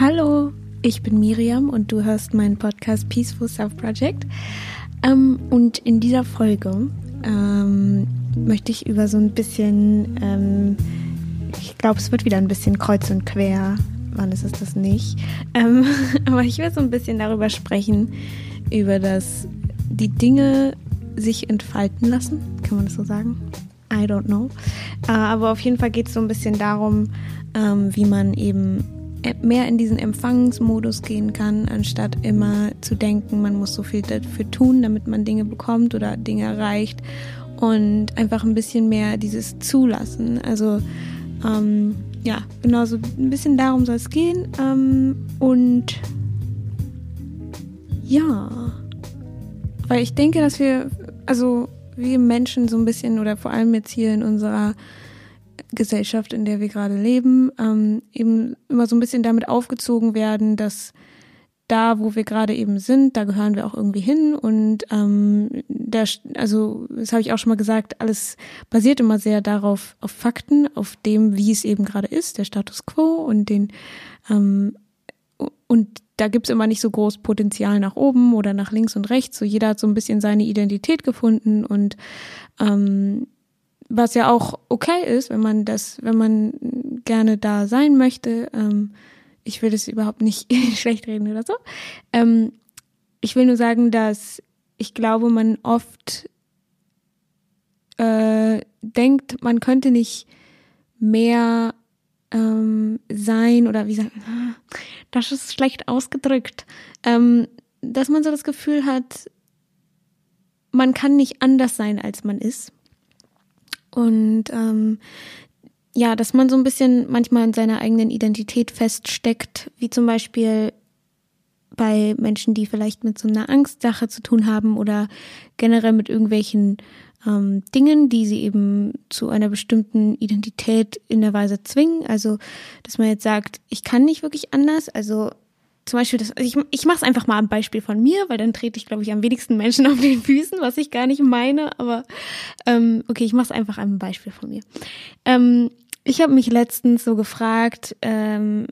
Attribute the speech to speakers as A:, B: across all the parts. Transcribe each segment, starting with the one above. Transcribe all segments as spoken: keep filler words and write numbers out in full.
A: Hallo, ich bin Miriam und du hörst meinen Podcast Peaceful Self Project. Ähm, und in dieser Folge ähm, möchte ich über so ein bisschen, ähm, ich glaube, es wird wieder ein bisschen kreuz und quer, wann ist es das nicht? Ähm, aber ich will so ein bisschen darüber sprechen, über das, die Dinge sich entfalten lassen, kann man das so sagen? I don't know. Äh, aber auf jeden Fall geht es so ein bisschen darum, ähm, wie man eben mehr in diesen Empfangsmodus gehen kann, anstatt immer zu denken, man muss so viel dafür tun, damit man Dinge bekommt oder Dinge erreicht, und einfach ein bisschen mehr dieses Zulassen. Also ähm, ja, genau so ein bisschen darum soll es gehen. Ähm, und ja, weil ich denke, dass wir, also wir Menschen so ein bisschen, oder vor allem jetzt hier in unserer Gesellschaft, in der wir gerade leben, ähm, eben immer so ein bisschen damit aufgezogen werden, dass da, wo wir gerade eben sind, da gehören wir auch irgendwie hin, und ähm, der, also das habe ich auch schon mal gesagt, alles basiert immer sehr darauf, auf Fakten, auf dem, wie es eben gerade ist, der Status quo, und den ähm, und da gibt es immer nicht so groß Potenzial nach oben oder nach links und rechts, so jeder hat so ein bisschen seine Identität gefunden, und ähm, was ja auch okay ist, wenn man das, wenn man gerne da sein möchte. Ähm, ich will das überhaupt nicht schlecht reden oder so. Ähm, ich will nur sagen, dass ich glaube, man oft äh, denkt, man könnte nicht mehr ähm, sein, oder wie sagt man, das ist schlecht ausgedrückt, ähm, dass man so das Gefühl hat, man kann nicht anders sein, als man ist. Und ähm, ja, dass man so ein bisschen manchmal in seiner eigenen Identität feststeckt, wie zum Beispiel bei Menschen, die vielleicht mit so einer Angstsache zu tun haben oder generell mit irgendwelchen ähm, Dingen, die sie eben zu einer bestimmten Identität in der Weise zwingen. Also, dass man jetzt sagt, ich kann nicht wirklich anders, also zum Beispiel, das, ich, ich mache es einfach mal am Beispiel von mir, weil dann trete ich, glaube ich, am wenigsten Menschen auf den Füßen, was ich gar nicht meine. Aber ähm, okay, ich mache es einfach am Beispiel von mir. Ähm, ich habe mich letztens so gefragt, ähm,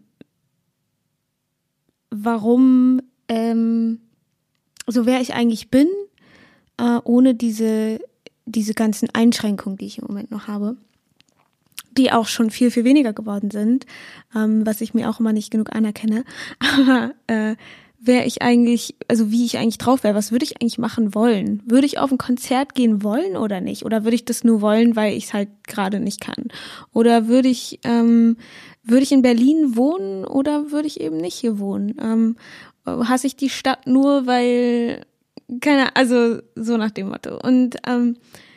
A: warum, ähm, so wer ich eigentlich bin, äh, ohne diese, diese ganzen Einschränkungen, die ich im Moment noch habe, die auch schon viel, viel weniger geworden sind, ähm, was ich mir auch immer nicht genug anerkenne. Aber äh, wäre ich eigentlich, also wie ich eigentlich drauf wäre, was würde ich eigentlich machen wollen? Würde ich auf ein Konzert gehen wollen oder nicht? Oder würde ich das nur wollen, weil ich es halt gerade nicht kann? Oder würde ich, ähm, würde ich in Berlin wohnen oder würde ich eben nicht hier wohnen? Ähm, hasse ich die Stadt nur, weil, keine, also so nach dem Motto. Und ähm,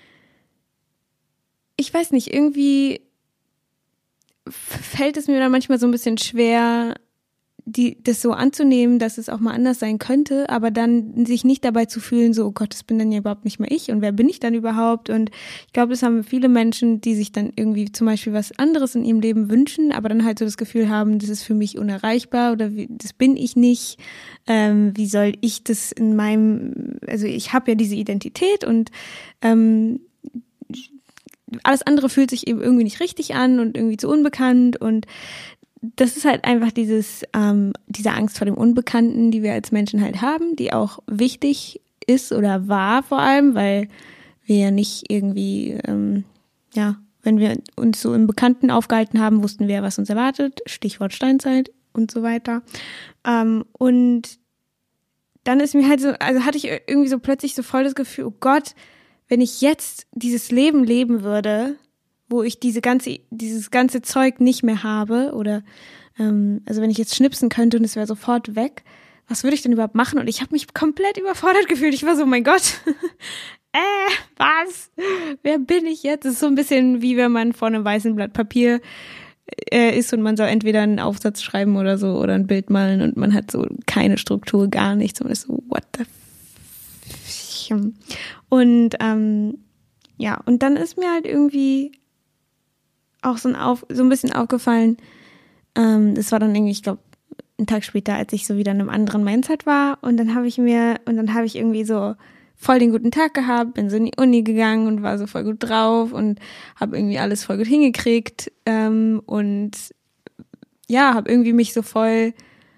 A: ich weiß nicht, irgendwie fällt es mir dann manchmal so ein bisschen schwer, die, das so anzunehmen, dass es auch mal anders sein könnte, aber dann sich nicht dabei zu fühlen, so, oh Gott, das bin dann ja überhaupt nicht mehr ich, und wer bin ich dann überhaupt? Und ich glaube, das haben viele Menschen, die sich dann irgendwie zum Beispiel was anderes in ihrem Leben wünschen, aber dann halt so das Gefühl haben, das ist für mich unerreichbar, oder wie, das bin ich nicht. Ähm, wie soll ich das in meinem, also ich habe ja diese Identität, und ähm, alles andere fühlt sich eben irgendwie nicht richtig an und irgendwie zu unbekannt, und das ist halt einfach dieses, ähm, diese Angst vor dem Unbekannten, die wir als Menschen halt haben, die auch wichtig ist oder war vor allem, weil wir ja nicht irgendwie, ähm, ja, wenn wir uns so im Bekannten aufgehalten haben, wussten wir, was uns erwartet, Stichwort Steinzeit und so weiter. Ähm, und dann ist mir halt so, also hatte ich irgendwie so plötzlich so voll das Gefühl, oh Gott, wenn ich jetzt dieses Leben leben würde, wo ich diese ganze, dieses ganze Zeug nicht mehr habe, oder ähm, also wenn ich jetzt schnipsen könnte und es wäre sofort weg, was würde ich denn überhaupt machen? Und ich habe mich komplett überfordert gefühlt. Ich war so, oh mein Gott, äh, was? Wer bin ich jetzt? Es ist so ein bisschen wie wenn man vor einem weißen Blatt Papier äh, ist und man soll entweder einen Aufsatz schreiben oder so oder ein Bild malen, und man hat so keine Struktur, gar nichts, und ist so, what the f- Und ähm, ja, und dann ist mir halt irgendwie auch so ein, auf, so ein bisschen aufgefallen, ähm, das war dann irgendwie, ich glaube, einen Tag später, als ich so wieder in einem anderen Mindset war, und dann habe ich mir, und dann habe ich irgendwie so voll den guten Tag gehabt, bin so in die Uni gegangen und war so voll gut drauf und habe irgendwie alles voll gut hingekriegt, ähm, und ja, habe irgendwie mich so voll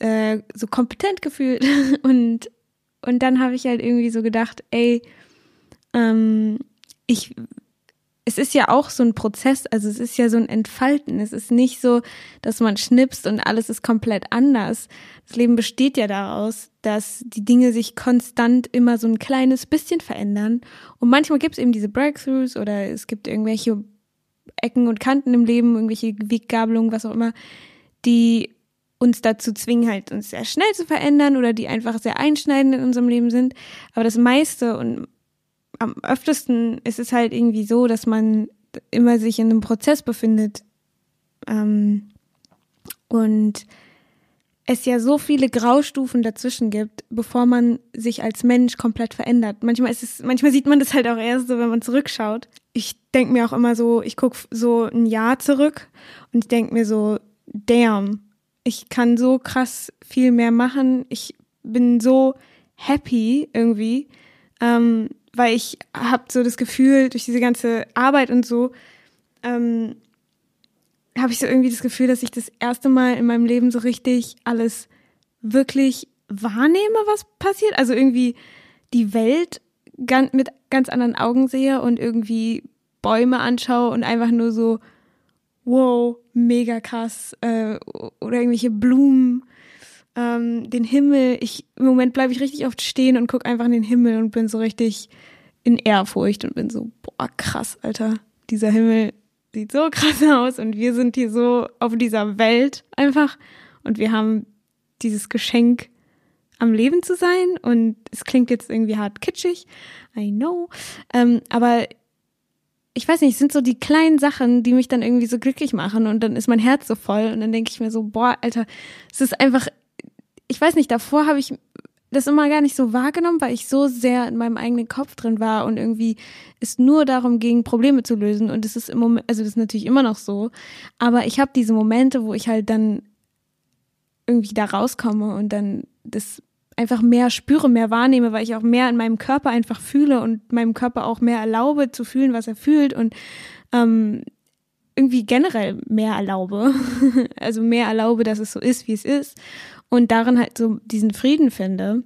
A: äh, so kompetent gefühlt und, und dann habe ich halt irgendwie so gedacht, ey, ähm, ich, es ist ja auch so ein Prozess, also es ist ja so ein Entfalten, es ist nicht so, dass man schnipst und alles ist komplett anders. Das Leben besteht ja daraus, dass die Dinge sich konstant immer so ein kleines bisschen verändern und manchmal gibt es eben diese Breakthroughs oder es gibt irgendwelche Ecken und Kanten im Leben, irgendwelche Weggabelungen, was auch immer, die uns dazu zwingen, halt uns sehr schnell zu verändern oder die einfach sehr einschneidend in unserem Leben sind. Aber das meiste und am öftesten ist es halt irgendwie so, dass man immer sich in einem Prozess befindet. Ähm, und es ja so viele Graustufen dazwischen gibt, bevor man sich als Mensch komplett verändert. Manchmal ist es, manchmal sieht man das halt auch erst so, wenn man zurückschaut. Ich denke mir auch immer so, ich gucke so ein Jahr zurück und ich denke mir so, damn, ich kann so krass viel mehr machen. Ich bin so happy irgendwie, ähm, weil ich habe so das Gefühl, durch diese ganze Arbeit und so, ähm, habe ich so irgendwie das Gefühl, dass ich das erste Mal in meinem Leben so richtig alles wirklich wahrnehme, was passiert. Also irgendwie die Welt ganz, mit ganz anderen Augen sehe und irgendwie Bäume anschaue und einfach nur so, wow, mega krass. Äh, oder irgendwelche Blumen, ähm, den Himmel. Ich, im Moment bleibe ich richtig oft stehen und gucke einfach in den Himmel und bin so richtig in Ehrfurcht und bin so, boah, krass, Alter. Dieser Himmel sieht so krass aus und wir sind hier so auf dieser Welt einfach und wir haben dieses Geschenk, am Leben zu sein und es klingt jetzt irgendwie hart kitschig, I know, ähm, aber ich weiß nicht, es sind so die kleinen Sachen, die mich dann irgendwie so glücklich machen und dann ist mein Herz so voll und dann denke ich mir so, boah, Alter, es ist einfach, ich weiß nicht, davor habe ich das immer gar nicht so wahrgenommen, weil ich so sehr in meinem eigenen Kopf drin war und irgendwie es nur darum ging, Probleme zu lösen und es ist im Moment, also das ist natürlich immer noch so, aber ich habe diese Momente, wo ich halt dann irgendwie da rauskomme und dann das einfach mehr spüre, mehr wahrnehme, weil ich auch mehr in meinem Körper einfach fühle und meinem Körper auch mehr erlaube zu fühlen, was er fühlt und ähm, irgendwie generell mehr erlaube, also mehr erlaube, dass es so ist, wie es ist und darin halt so diesen Frieden finde.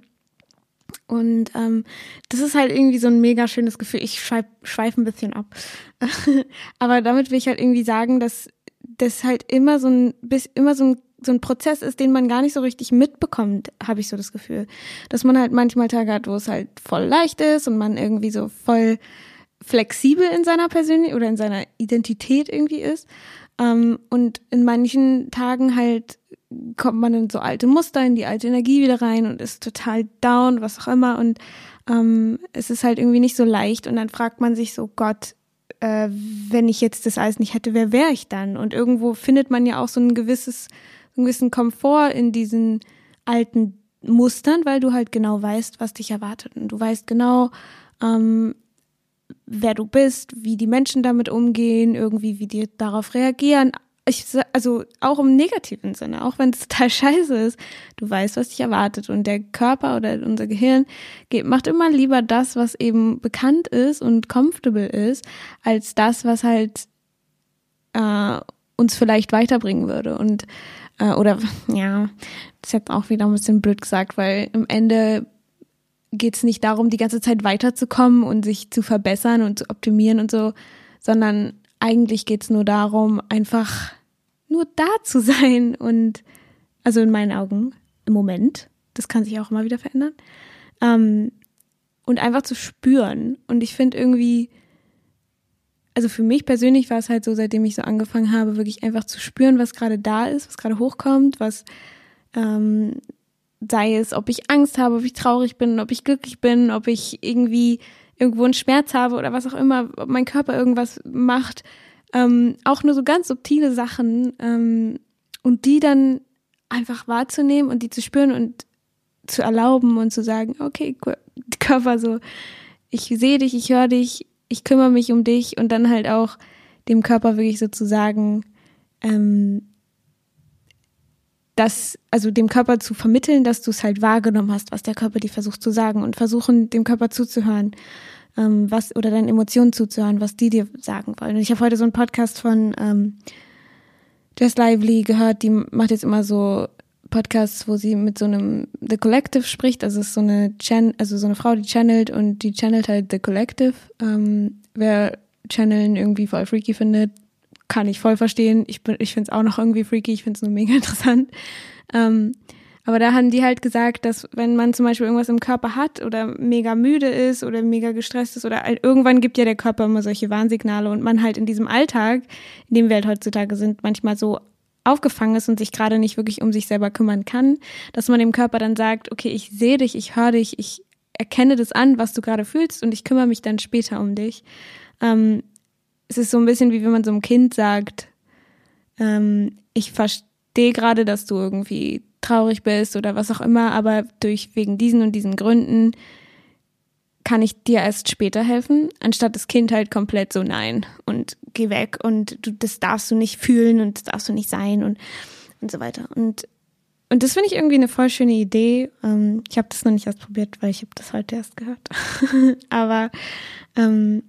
A: Und ähm, das ist halt irgendwie so ein mega schönes Gefühl. Ich schweif, schweife ein bisschen ab. Aber damit will ich halt irgendwie sagen, dass das halt immer so ein bis immer so ein so ein Prozess ist, den man gar nicht so richtig mitbekommt, habe ich so das Gefühl. Dass man halt manchmal Tage hat, wo es halt voll leicht ist und man irgendwie so voll flexibel in seiner Persönlichkeit oder in seiner Identität irgendwie ist. Ähm, und in manchen Tagen halt kommt man in so alte Muster, in die alte Energie wieder rein und ist total down, was auch immer. Und ähm, es ist halt irgendwie nicht so leicht. Und dann fragt man sich so, Gott, äh, wenn ich jetzt das alles nicht hätte, wer wäre ich dann? Und irgendwo findet man ja auch so ein gewisses einen gewissen Komfort in diesen alten Mustern, weil du halt genau weißt, was dich erwartet. Und du weißt genau, ähm, wer du bist, wie die Menschen damit umgehen, irgendwie, wie die darauf reagieren. Ich, also auch im negativen Sinne, auch wenn es total scheiße ist, du weißt, was dich erwartet. Und der Körper oder unser Gehirn geht, macht immer lieber das, was eben bekannt ist und comfortable ist, als das, was halt äh, uns vielleicht weiterbringen würde. Und oder, ja, das ist jetzt auch wieder ein bisschen blöd gesagt, weil am Ende geht es nicht darum, die ganze Zeit weiterzukommen und sich zu verbessern und zu optimieren und so, sondern eigentlich geht es nur darum, einfach nur da zu sein und, also in meinen Augen, im Moment, das kann sich auch immer wieder verändern, ähm, und einfach zu spüren. Und ich finde irgendwie, also für mich persönlich war es halt so, seitdem ich so angefangen habe, wirklich einfach zu spüren, was gerade da ist, was gerade hochkommt, was ähm, sei es, ob ich Angst habe, ob ich traurig bin, ob ich glücklich bin, ob ich irgendwie irgendwo einen Schmerz habe oder was auch immer, ob mein Körper irgendwas macht, ähm, auch nur so ganz subtile Sachen ähm, und die dann einfach wahrzunehmen und die zu spüren und zu erlauben und zu sagen, okay, Körper, so, ich sehe dich, ich höre dich, ich kümmere mich um dich und dann halt auch dem Körper wirklich sozusagen, ähm, das, also dem Körper zu vermitteln, dass du es halt wahrgenommen hast, was der Körper dir versucht zu sagen und versuchen, dem Körper zuzuhören, ähm, was, oder deinen Emotionen zuzuhören, was die dir sagen wollen. Und ich habe heute so einen Podcast von ähm, Jess Lively gehört, die macht jetzt immer so Podcasts, wo sie mit so einem The Collective spricht. Also es ist so eine Chan- also so eine Frau, die channelt und die channelt halt The Collective. Ähm, wer Channeln irgendwie voll freaky findet, kann ich voll verstehen. Ich bin, ich finde es auch noch irgendwie freaky, ich finde es nur mega interessant. Ähm, aber da haben die halt gesagt, dass wenn man zum Beispiel irgendwas im Körper hat oder mega müde ist oder mega gestresst ist oder halt irgendwann gibt ja der Körper immer solche Warnsignale und man halt in diesem Alltag, in dem wir halt heutzutage sind, manchmal so aufgefangen ist und sich gerade nicht wirklich um sich selber kümmern kann, dass man dem Körper dann sagt, okay, ich sehe dich, ich höre dich, ich erkenne das an, was du gerade fühlst und ich kümmere mich dann später um dich. Ähm, es ist so ein bisschen wie wenn man so einem Kind sagt, ähm, ich verstehe gerade, dass du irgendwie traurig bist oder was auch immer, aber durch wegen diesen und diesen Gründen kann ich dir erst später helfen, anstatt das Kind halt komplett so nein und geh weg und du, das darfst du nicht fühlen und das darfst du nicht sein und, und so weiter. Und, und das finde ich irgendwie eine voll schöne Idee. Ähm, ich habe das noch nicht erst probiert, weil ich habe das heute erst gehört. aber ähm,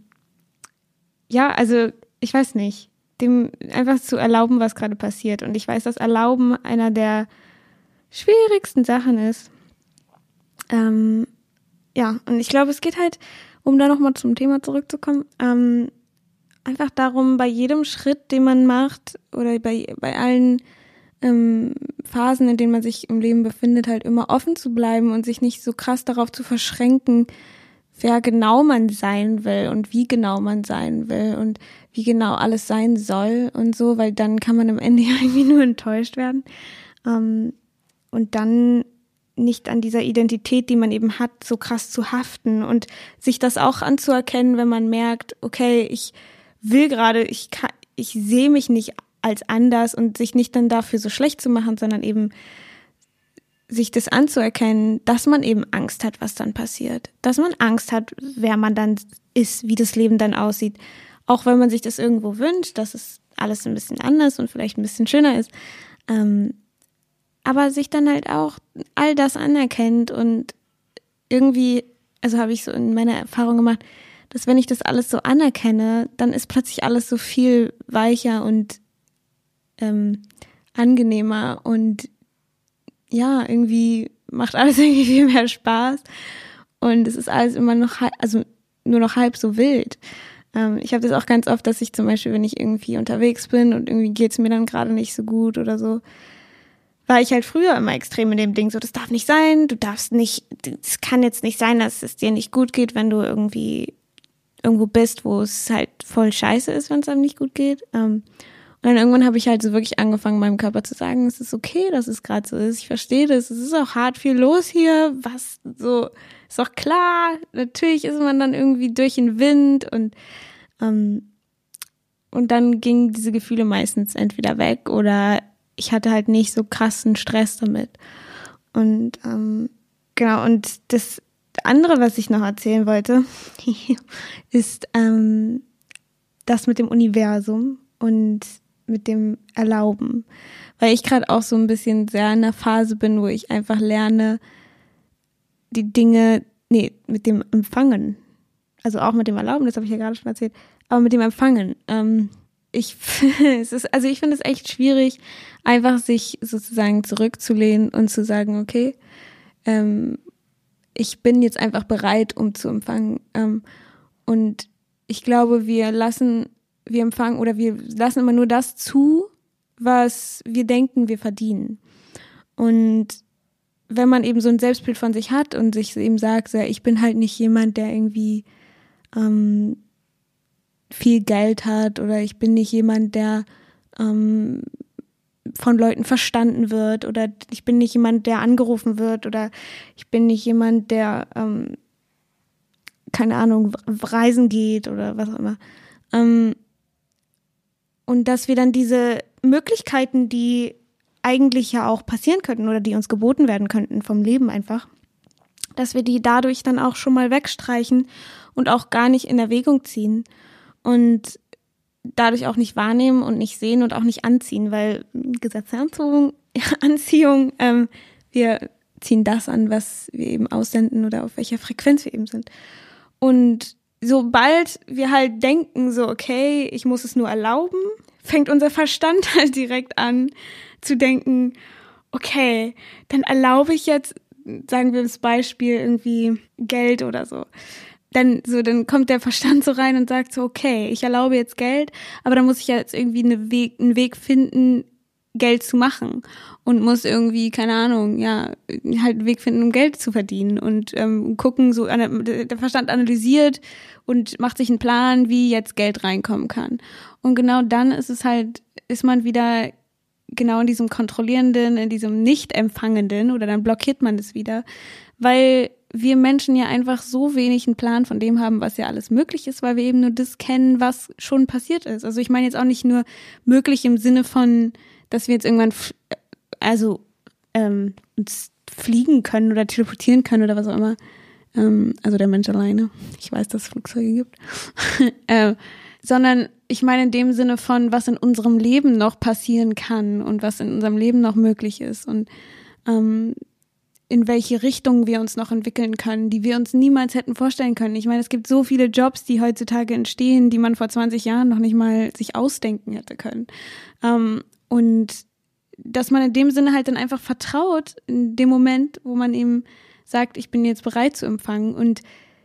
A: ja, also ich weiß nicht, dem einfach zu erlauben, was gerade passiert. Und ich weiß, dass Erlauben einer der schwierigsten Sachen ist. Ähm, ja, und ich glaube, es geht halt, um da nochmal zum Thema zurückzukommen, ähm, einfach darum, bei jedem Schritt, den man macht oder bei, bei allen ähm, Phasen, in denen man sich im Leben befindet, halt immer offen zu bleiben und sich nicht so krass darauf zu verschränken, wer genau man sein will und wie genau man sein will und wie genau alles sein soll und so, weil dann kann man am Ende ja irgendwie nur enttäuscht werden. Ähm, und dann nicht an dieser Identität, die man eben hat, so krass zu haften und sich das auch anzuerkennen, wenn man merkt, okay, ich will gerade, ich kann, ich sehe mich nicht als anders und sich nicht dann dafür so schlecht zu machen, sondern eben sich das anzuerkennen, dass man eben Angst hat, was dann passiert, dass man Angst hat, wer man dann ist, wie das Leben dann aussieht, auch wenn man sich das irgendwo wünscht, dass es alles ein bisschen anders und vielleicht ein bisschen schöner ist, ähm, aber sich dann halt auch all das anerkennt und irgendwie, also habe ich so in meiner Erfahrung gemacht, dass wenn ich das alles so anerkenne, dann ist plötzlich alles so viel weicher und ähm, angenehmer und ja, irgendwie macht alles irgendwie viel mehr Spaß und es ist alles immer noch, halb, also nur noch halb so wild. Ähm, ich habe das auch ganz oft, dass ich zum Beispiel, wenn ich irgendwie unterwegs bin und irgendwie geht's mir dann gerade nicht so gut oder so, war ich halt früher immer extrem in dem Ding, so das darf nicht sein, du darfst nicht, es kann jetzt nicht sein, dass es dir nicht gut geht, wenn du irgendwie irgendwo bist, wo es halt voll scheiße ist, wenn es einem nicht gut geht. Ähm, und dann irgendwann habe ich halt so wirklich angefangen, meinem Körper zu sagen, es ist okay, dass es gerade so ist, ich verstehe das, es ist auch hart viel los hier, was so, ist doch klar, natürlich ist man dann irgendwie durch den Wind und ähm, und dann gingen diese Gefühle meistens entweder weg oder ich hatte halt nicht so krassen Stress damit. Und ähm, genau, und das andere, was ich noch erzählen wollte, ist ähm, das mit dem Universum und mit dem Erlauben. Weil ich gerade auch so ein bisschen sehr in einer Phase bin, wo ich einfach lerne, die Dinge, nee, mit dem Empfangen, also auch mit dem Erlauben, das habe ich ja gerade schon erzählt, aber mit dem Empfangen, ähm, ich, es ist, also ich finde es echt schwierig, einfach sich sozusagen zurückzulehnen und zu sagen, okay, ähm, ich bin jetzt einfach bereit, um zu empfangen. Ähm, und ich glaube, wir lassen, wir empfangen oder wir lassen immer nur das zu, was wir denken, wir verdienen. Und wenn man eben so ein Selbstbild von sich hat und sich eben sagt, ja, ich bin halt nicht jemand, der irgendwie ähm, viel Geld hat oder ich bin nicht jemand, der ähm, von Leuten verstanden wird oder ich bin nicht jemand, der angerufen wird oder ich bin nicht jemand, der ähm, keine Ahnung, reisen geht oder was auch immer. Ähm, und dass wir dann diese Möglichkeiten, die eigentlich ja auch passieren könnten oder die uns geboten werden könnten vom Leben einfach, dass wir die dadurch dann auch schon mal wegstreichen und auch gar nicht in Erwägung ziehen und dadurch auch nicht wahrnehmen und nicht sehen und auch nicht anziehen, weil Gesetz der Anziehung, Anziehung ähm, wir ziehen das an, was wir eben aussenden oder auf welcher Frequenz wir eben sind. Und sobald wir halt denken, so okay, ich muss es nur erlauben, fängt unser Verstand halt direkt an zu denken, okay, dann erlaube ich jetzt, sagen wir das Beispiel, irgendwie Geld oder so. Dann so, dann kommt der Verstand so rein und sagt so, okay, ich erlaube jetzt Geld, aber dann muss ich ja jetzt irgendwie eine Weg, einen Weg finden, Geld zu machen und muss irgendwie, keine Ahnung, ja, halt einen Weg finden, um Geld zu verdienen und ähm, gucken, so der Verstand analysiert und macht sich einen Plan, wie jetzt Geld reinkommen kann. Und genau dann ist es halt, ist man wieder genau in diesem Kontrollierenden, in diesem Nicht-Empfangenden oder dann blockiert man es wieder, weil wir Menschen ja einfach so wenig einen Plan von dem haben, was ja alles möglich ist, weil wir eben nur das kennen, was schon passiert ist. Also ich meine jetzt auch nicht nur möglich im Sinne von, dass wir jetzt irgendwann f- also ähm, uns fliegen können oder teleportieren können oder was auch immer. Ähm, also der Mensch alleine. Ich weiß, dass es Flugzeuge gibt. äh, sondern ich meine in dem Sinne von, was in unserem Leben noch passieren kann und was in unserem Leben noch möglich ist und ähm, in welche Richtung wir uns noch entwickeln können, die wir uns niemals hätten vorstellen können. Ich meine, es gibt so viele Jobs, die heutzutage entstehen, die man vor zwanzig Jahren noch nicht mal sich ausdenken hätte können. Ähm, und dass man in dem Sinne halt dann einfach vertraut, in dem Moment, wo man eben sagt, ich bin jetzt bereit zu empfangen. Und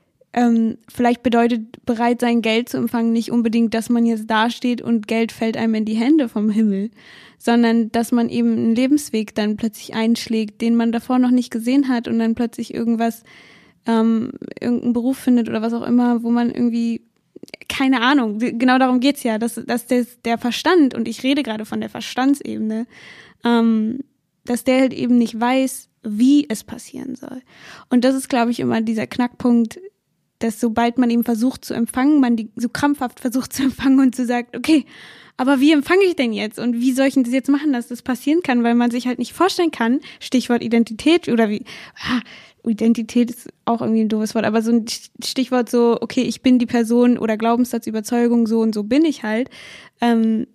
A: ähm, vielleicht bedeutet bereit sein, Geld zu empfangen, nicht unbedingt, dass man jetzt dasteht und Geld fällt einem in die Hände vom Himmel, sondern dass man eben einen Lebensweg dann plötzlich einschlägt, den man davor noch nicht gesehen hat und dann plötzlich irgendwas, ähm, irgendeinen Beruf findet oder was auch immer, wo man irgendwie, keine Ahnung, genau darum geht's ja, dass, dass das, der Verstand, und ich rede gerade von der Verstandsebene, ähm, dass der halt eben nicht weiß, wie es passieren soll. Und das ist, glaube ich, immer dieser Knackpunkt, dass sobald man eben versucht zu empfangen, man die so krampfhaft versucht zu empfangen und so sagt, okay, aber wie empfange ich denn jetzt und wie soll ich denn das jetzt machen, dass das passieren kann, weil man sich halt nicht vorstellen kann, Stichwort Identität oder wie, ah, Identität ist auch irgendwie ein doofes Wort, aber so ein Stichwort so, okay, ich bin die Person oder Glaubenssatz, Überzeugung, so und so bin ich halt, ähm,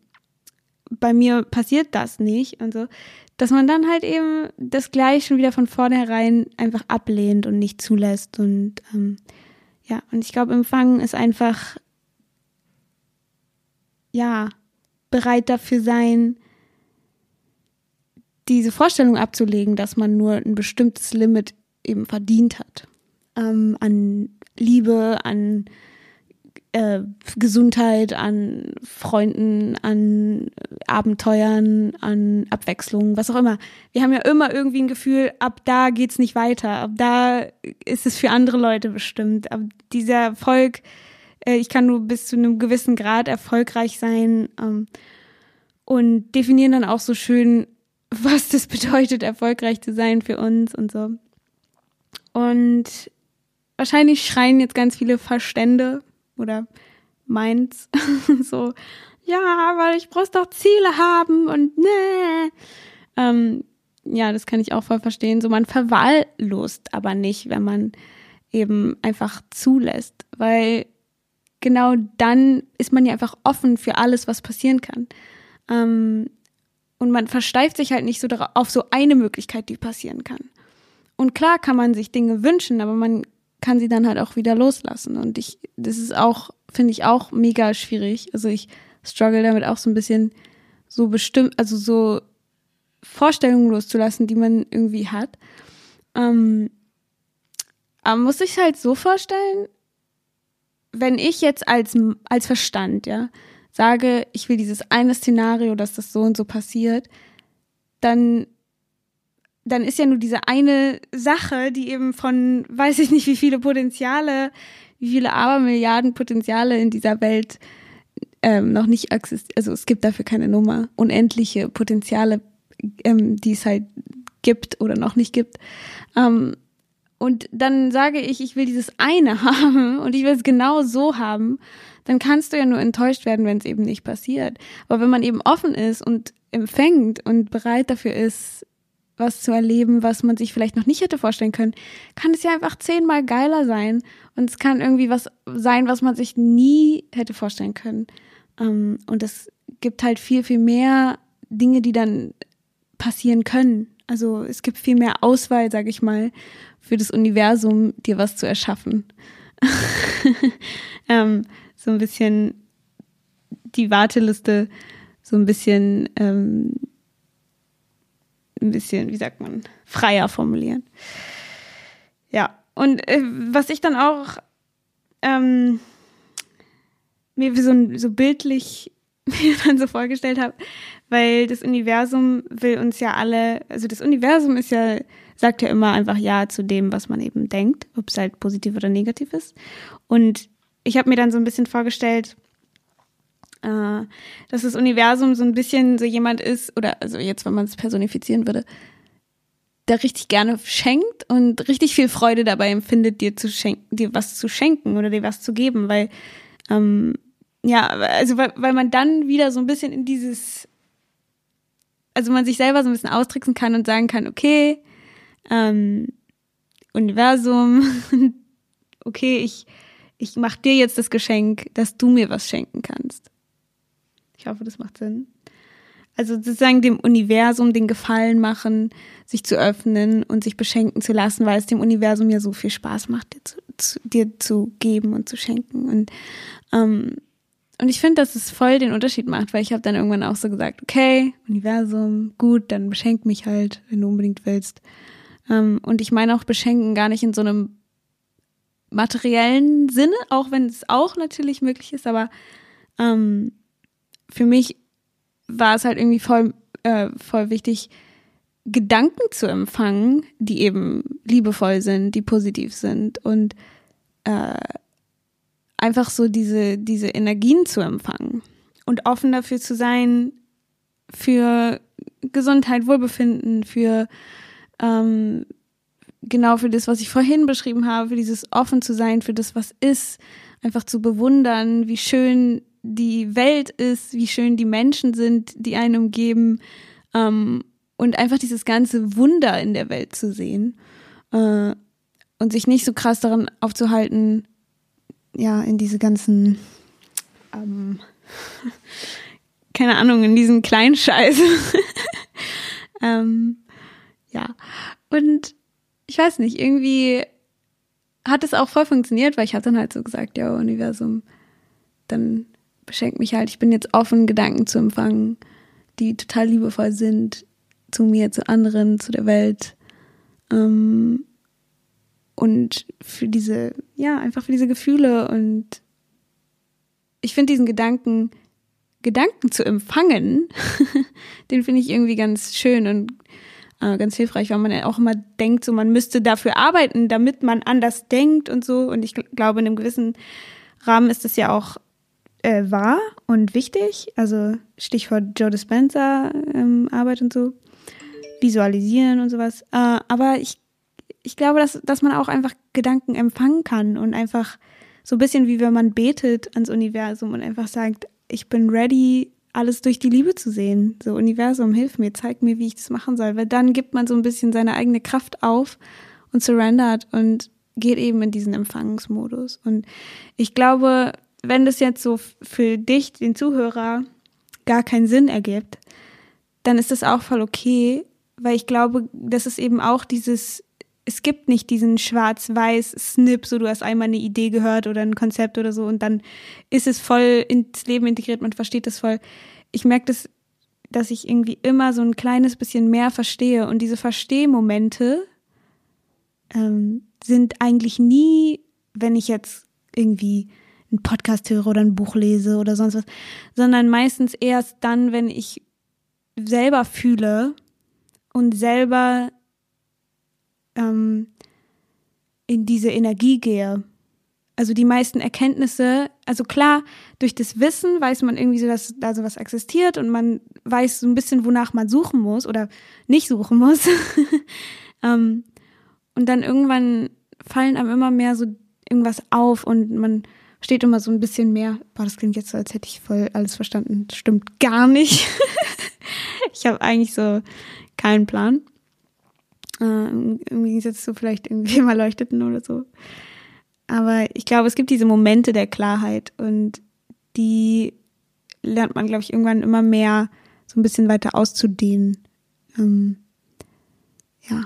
A: bei mir passiert das nicht und so, dass man dann halt eben das gleich schon wieder von vornherein einfach ablehnt und nicht zulässt und ähm, ja, und ich glaube, Empfangen ist einfach, ja, bereit dafür sein, diese Vorstellung abzulegen, dass man nur ein bestimmtes Limit eben verdient hat. Ähm, an Liebe, an äh, Gesundheit, an Freunden, an Abenteuern, an Abwechslung, was auch immer. Wir haben ja immer irgendwie ein Gefühl, ab da geht's nicht weiter, ab da ist es für andere Leute bestimmt. Ab dieser Erfolg, äh, ich kann nur bis zu einem gewissen Grad erfolgreich sein ähm, und definieren dann auch so schön, was das bedeutet, erfolgreich zu sein für uns und so. Und wahrscheinlich schreien jetzt ganz viele Verstände oder meins so, ja, aber ich brauch doch Ziele haben und ne. Ähm, ja, das kann ich auch voll verstehen. So, man verwahrlost aber nicht, wenn man eben einfach zulässt, weil genau dann ist man ja einfach offen für alles, was passieren kann. Ähm, und man versteift sich halt nicht so darauf, auf so eine Möglichkeit, die passieren kann. Und klar kann man sich Dinge wünschen, aber man kann sie dann halt auch wieder loslassen. Und ich, das ist auch, finde ich auch mega schwierig. Also ich struggle damit auch so ein bisschen so bestimmt, also so Vorstellungen loszulassen, die man irgendwie hat. Ähm, aber man muss sich halt so vorstellen, wenn ich jetzt als, als Verstand, ja, sage, ich will dieses eine Szenario, dass das so und so passiert, dann dann ist ja nur diese eine Sache, die eben von, weiß ich nicht, wie viele Potenziale, wie viele Abermilliarden Potenziale in dieser Welt ähm, noch nicht existiert. Also es gibt dafür keine Nummer. Unendliche Potenziale, ähm, die es halt gibt oder noch nicht gibt. Ähm, und dann sage ich, ich will dieses eine haben und ich will es genau so haben, dann kannst du ja nur enttäuscht werden, wenn es eben nicht passiert. Aber wenn man eben offen ist und empfängt und bereit dafür ist, was zu erleben, was man sich vielleicht noch nicht hätte vorstellen können, kann es ja einfach zehnmal geiler sein. Und es kann irgendwie was sein, was man sich nie hätte vorstellen können. Und es gibt halt viel, viel mehr Dinge, die dann passieren können. Also es gibt viel mehr Auswahl, sage ich mal, für das Universum, dir was zu erschaffen. ähm, so ein bisschen die Warteliste, so ein bisschen ähm, ein bisschen, wie sagt man, freier formulieren. Ja, und äh, was ich dann auch ähm, mir so, so bildlich mir dann so vorgestellt habe, weil das Universum will uns ja alle, also das Universum ist ja, sagt ja immer einfach Ja zu dem, was man eben denkt, ob es halt positiv oder negativ ist. Und ich habe mir dann so ein bisschen vorgestellt, äh, dass das Universum so ein bisschen so jemand ist, oder also jetzt, wenn man es personifizieren würde, der richtig gerne schenkt und richtig viel Freude dabei empfindet, dir zu schenken, dir was zu schenken oder dir was zu geben, weil ähm, ja, also weil, weil man dann wieder so ein bisschen in dieses, also man sich selber so ein bisschen austricksen kann und sagen kann, okay, ähm, Universum, okay, ich, ich mach dir jetzt das Geschenk, dass du mir was schenken kannst. Ich hoffe, das macht Sinn. Also sozusagen dem Universum den Gefallen machen, sich zu öffnen und sich beschenken zu lassen, weil es dem Universum ja so viel Spaß macht, dir zu, zu, dir zu geben und zu schenken. Und ähm, Und ich finde, dass es voll den Unterschied macht, weil ich habe dann irgendwann auch so gesagt, okay, Universum, gut, dann beschenk mich halt, wenn du unbedingt willst. Ähm, und ich meine auch beschenken gar nicht in so einem materiellen Sinne, auch wenn es auch natürlich möglich ist, aber ähm, für mich war es halt irgendwie voll, äh, voll wichtig, Gedanken zu empfangen, die eben liebevoll sind, die positiv sind und äh, einfach so diese, diese Energien zu empfangen und offen dafür zu sein, für Gesundheit, Wohlbefinden, für ähm, genau für das, was ich vorhin beschrieben habe, für dieses offen zu sein, für das, was ist, einfach zu bewundern, wie schön die Welt ist, wie schön die Menschen sind, die einen umgeben ähm, und einfach dieses ganze Wunder in der Welt zu sehen äh, und sich nicht so krass daran aufzuhalten, ja, in diese ganzen, ähm, keine Ahnung, in diesen kleinen Scheiß. ähm, ja, und ich weiß nicht, irgendwie hat es auch voll funktioniert, weil ich habe dann halt so gesagt, ja, Universum, dann beschenk mich halt, ich bin jetzt offen, Gedanken zu empfangen, die total liebevoll sind, zu mir, zu anderen, zu der Welt. Ähm, Und für diese, ja, einfach für diese Gefühle. Und ich finde diesen Gedanken, Gedanken zu empfangen, den finde ich irgendwie ganz schön und äh, ganz hilfreich, weil man ja auch immer denkt, so man müsste dafür arbeiten, damit man anders denkt und so. Und ich glaube, in einem gewissen Rahmen ist das ja auch äh, wahr und wichtig. Also Stichwort Joe Dispenza ähm, Arbeit und so, visualisieren und sowas. Äh, aber ich Ich glaube, dass, dass man auch einfach Gedanken empfangen kann und einfach so ein bisschen wie wenn man betet ans Universum und einfach sagt, ich bin ready, alles durch die Liebe zu sehen. So, Universum, hilf mir, zeig mir, wie ich das machen soll. Weil dann gibt man so ein bisschen seine eigene Kraft auf und surrendert und geht eben in diesen Empfangsmodus. Und ich glaube, wenn das jetzt so für dich, den Zuhörer, gar keinen Sinn ergibt, dann ist das auch voll okay, weil ich glaube, das ist eben auch dieses, es gibt nicht diesen schwarz-weiß-Snip, so du hast einmal eine Idee gehört oder ein Konzept oder so und dann ist es voll ins Leben integriert, man versteht das voll. Ich merke das, dass ich irgendwie immer so ein kleines bisschen mehr verstehe und diese Verstehmomente ähm, sind eigentlich nie, wenn ich jetzt irgendwie einen Podcast höre oder ein Buch lese oder sonst was, sondern meistens erst dann, wenn ich selber fühle und selber ähm, in diese Energie gehe. Also die meisten Erkenntnisse, also klar, durch das Wissen weiß man irgendwie so, dass da sowas existiert und man weiß so ein bisschen, wonach man suchen muss oder nicht suchen muss. ähm, und dann irgendwann fallen einem immer mehr so irgendwas auf und man steht immer so ein bisschen mehr, boah, das klingt jetzt so, als hätte ich voll alles verstanden. Das stimmt gar nicht. Ich habe eigentlich so keinen Plan. Äh, Im Gegensatz zu vielleicht irgendwie im Erleuchteten oder so. Aber ich glaube, es gibt diese Momente der Klarheit und die lernt man, glaube ich, irgendwann immer mehr so ein bisschen weiter auszudehnen. Ähm, ja.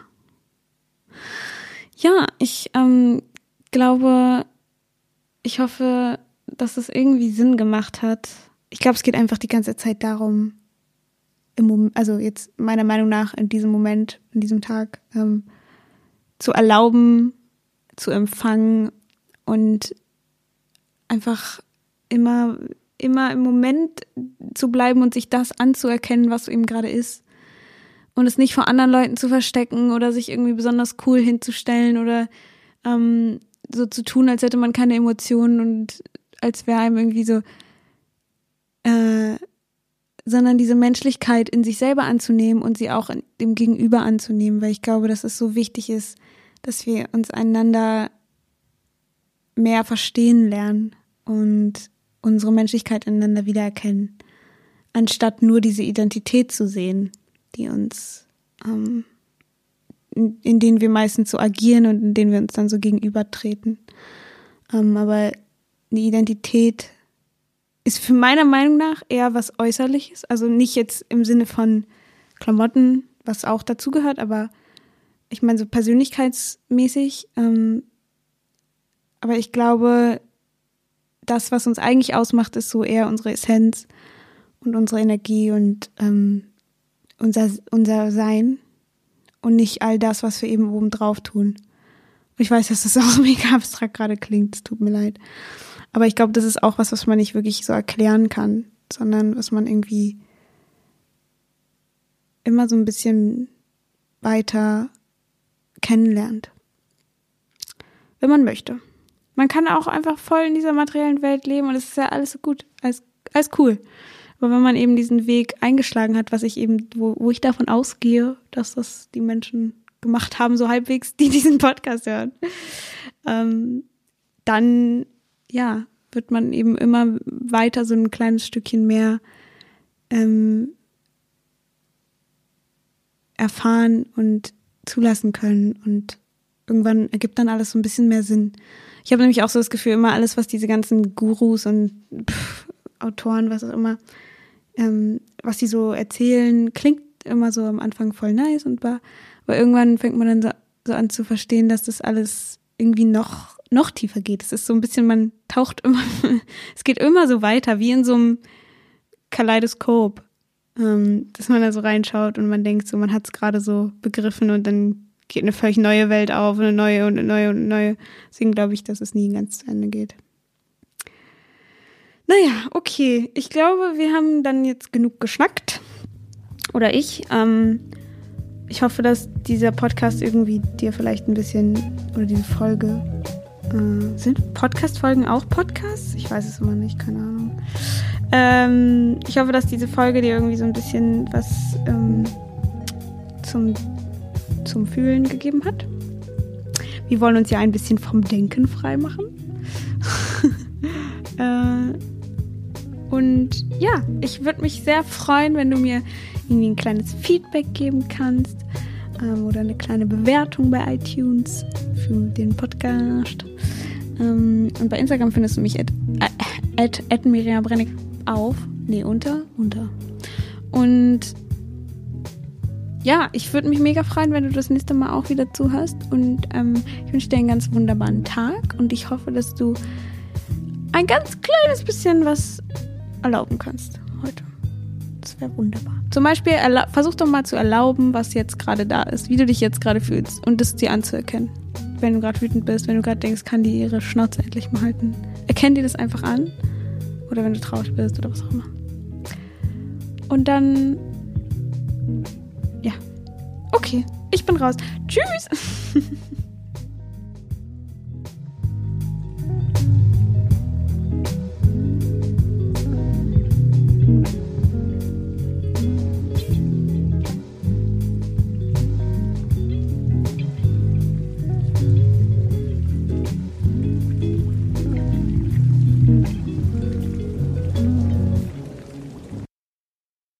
A: Ja, ich ähm, glaube, ich hoffe, dass es irgendwie Sinn gemacht hat. Ich glaube, es geht einfach die ganze Zeit darum, im Moment, also jetzt meiner Meinung nach in diesem Moment, in diesem Tag, ähm, zu erlauben, zu empfangen und einfach immer, immer im Moment zu bleiben und sich das anzuerkennen, was eben gerade ist. Und es nicht vor anderen Leuten zu verstecken oder sich irgendwie besonders cool hinzustellen oder ähm, so zu tun, als hätte man keine Emotionen und als wäre einem irgendwie so, äh, sondern diese Menschlichkeit in sich selber anzunehmen und sie auch in dem Gegenüber anzunehmen, weil ich glaube, dass es so wichtig ist, dass wir uns einander mehr verstehen lernen und unsere Menschlichkeit ineinander wiedererkennen, anstatt nur diese Identität zu sehen, die uns, ähm, in, in denen wir meistens so agieren und in denen wir uns dann so gegenübertreten. Ähm, aber die Identität ist für meiner Meinung nach eher was Äußerliches, also nicht jetzt im Sinne von Klamotten, was auch dazugehört, aber ich meine so persönlichkeitsmäßig. Ähm, aber ich glaube, das, was uns eigentlich ausmacht, ist so eher unsere Essenz und unsere Energie und ähm, unser, unser Sein und nicht all das, was wir eben oben drauf tun. Ich weiß, dass das auch mega abstrakt gerade klingt, es tut mir leid. Aber ich glaube, das ist auch was, was man nicht wirklich so erklären kann, sondern was man irgendwie immer so ein bisschen weiter kennenlernt. Wenn man möchte. Man kann auch einfach voll in dieser materiellen Welt leben und es ist ja alles so gut, alles, alles cool. Aber wenn man eben diesen Weg eingeschlagen hat, was ich eben, wo, wo ich davon ausgehe, dass das die Menschen gemacht haben, so halbwegs, die diesen Podcast hören, ähm, dann ja, wird man eben immer weiter so ein kleines Stückchen mehr ähm, erfahren und zulassen können und irgendwann ergibt dann alles so ein bisschen mehr Sinn. Ich habe nämlich auch so das Gefühl, immer alles, was diese ganzen Gurus und pff, Autoren, was auch immer, ähm, was die so erzählen, klingt immer so am Anfang voll nice und war, aber irgendwann fängt man dann so, so an zu verstehen, dass das alles irgendwie noch noch tiefer geht. Es ist so ein bisschen, man taucht immer, es geht immer so weiter, wie in so einem Kaleidoskop, ähm, dass man da so reinschaut und man denkt so, man hat es gerade so begriffen und dann geht eine völlig neue Welt auf, eine neue und eine neue und eine neue. Deswegen glaube ich, dass es nie ganz zu Ende geht. Naja, okay. Ich glaube, wir haben dann jetzt genug geschnackt. Oder ich. Ähm, ich hoffe, dass dieser Podcast irgendwie dir vielleicht ein bisschen, oder diese Folge, äh, sind Podcast-Folgen auch Podcasts? Ich weiß es immer nicht, keine Ahnung. Ähm, ich hoffe, dass diese Folge dir irgendwie so ein bisschen was ähm, zum zum Fühlen gegeben hat. Wir wollen uns ja ein bisschen vom Denken frei machen. äh, und ja, ich würde mich sehr freuen, wenn du mir irgendwie ein kleines Feedback geben kannst ähm, oder eine kleine Bewertung bei iTunes für den Podcast. Ähm, und bei Instagram findest du mich at, at, at Miriam Brennig auf. Nee, unter, unter. Und ja, ich würde mich mega freuen, wenn du das nächste Mal auch wieder zuhörst und ähm, ich wünsche dir einen ganz wunderbaren Tag und ich hoffe, dass du ein ganz kleines bisschen was erlauben kannst heute. Das wäre wunderbar. Zum Beispiel, erla- versuch doch mal zu erlauben, was jetzt gerade da ist, wie du dich jetzt gerade fühlst und das dir anzuerkennen. Wenn du gerade wütend bist, wenn du gerade denkst, kann die ihre Schnauze endlich mal halten. Erkenn dir das einfach an oder wenn du traurig bist oder was auch immer. Und dann ja. Okay, ich bin raus. Tschüss!